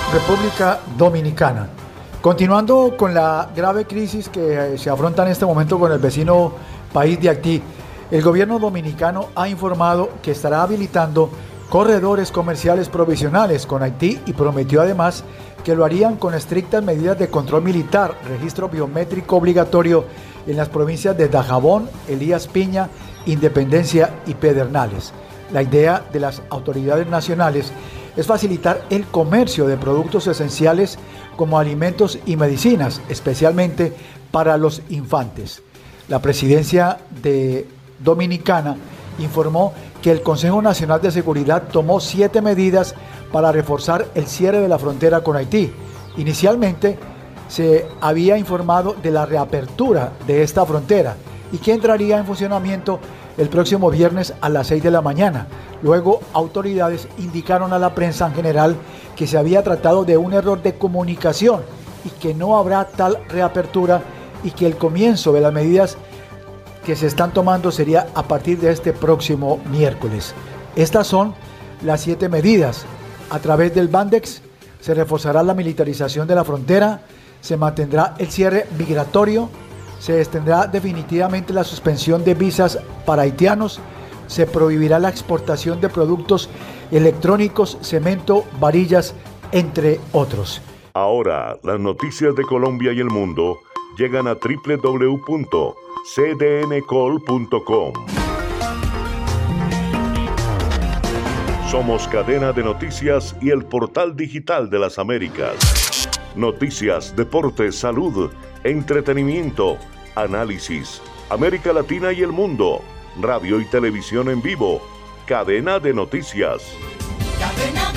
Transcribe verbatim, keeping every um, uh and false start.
República Dominicana. Continuando con la grave crisis que se afronta en este momento con el vecino país de Haití, el gobierno dominicano ha informado que estará habilitando corredores comerciales provisionales con Haití y prometió además que lo harían con estrictas medidas de control militar, registro biométrico obligatorio en las provincias de Dajabón, Elías Piña, Independencia y Pedernales. La idea de las autoridades nacionales es facilitar el comercio de productos esenciales como alimentos y medicinas, especialmente para los infantes. La presidencia de Dominicana informó que el Consejo Nacional de Seguridad tomó siete medidas para reforzar el cierre de la frontera con Haití. Inicialmente se había informado de la reapertura de esta frontera y que entraría en funcionamiento el próximo viernes a las seis de la mañana. Luego, autoridades indicaron a la prensa en general que se había tratado de un error de comunicación y que no habrá tal reapertura y que el comienzo de las medidas que se están tomando sería a partir de este próximo miércoles. Estas son las siete medidas. A través del Bandex se reforzará la militarización de la frontera, se mantendrá el cierre migratorio, se extenderá definitivamente la suspensión de visas para haitianos, se prohibirá la exportación de productos electrónicos, cemento, varillas, entre otros. Ahora, las noticias de Colombia y el mundo llegan a doble u doble u doble u punto c d n col punto com. Somos cadena de noticias y el portal digital de las Américas. Noticias, deportes, salud, entretenimiento, análisis, América Latina y el mundo, radio y televisión en vivo, cadena de noticias. Cadena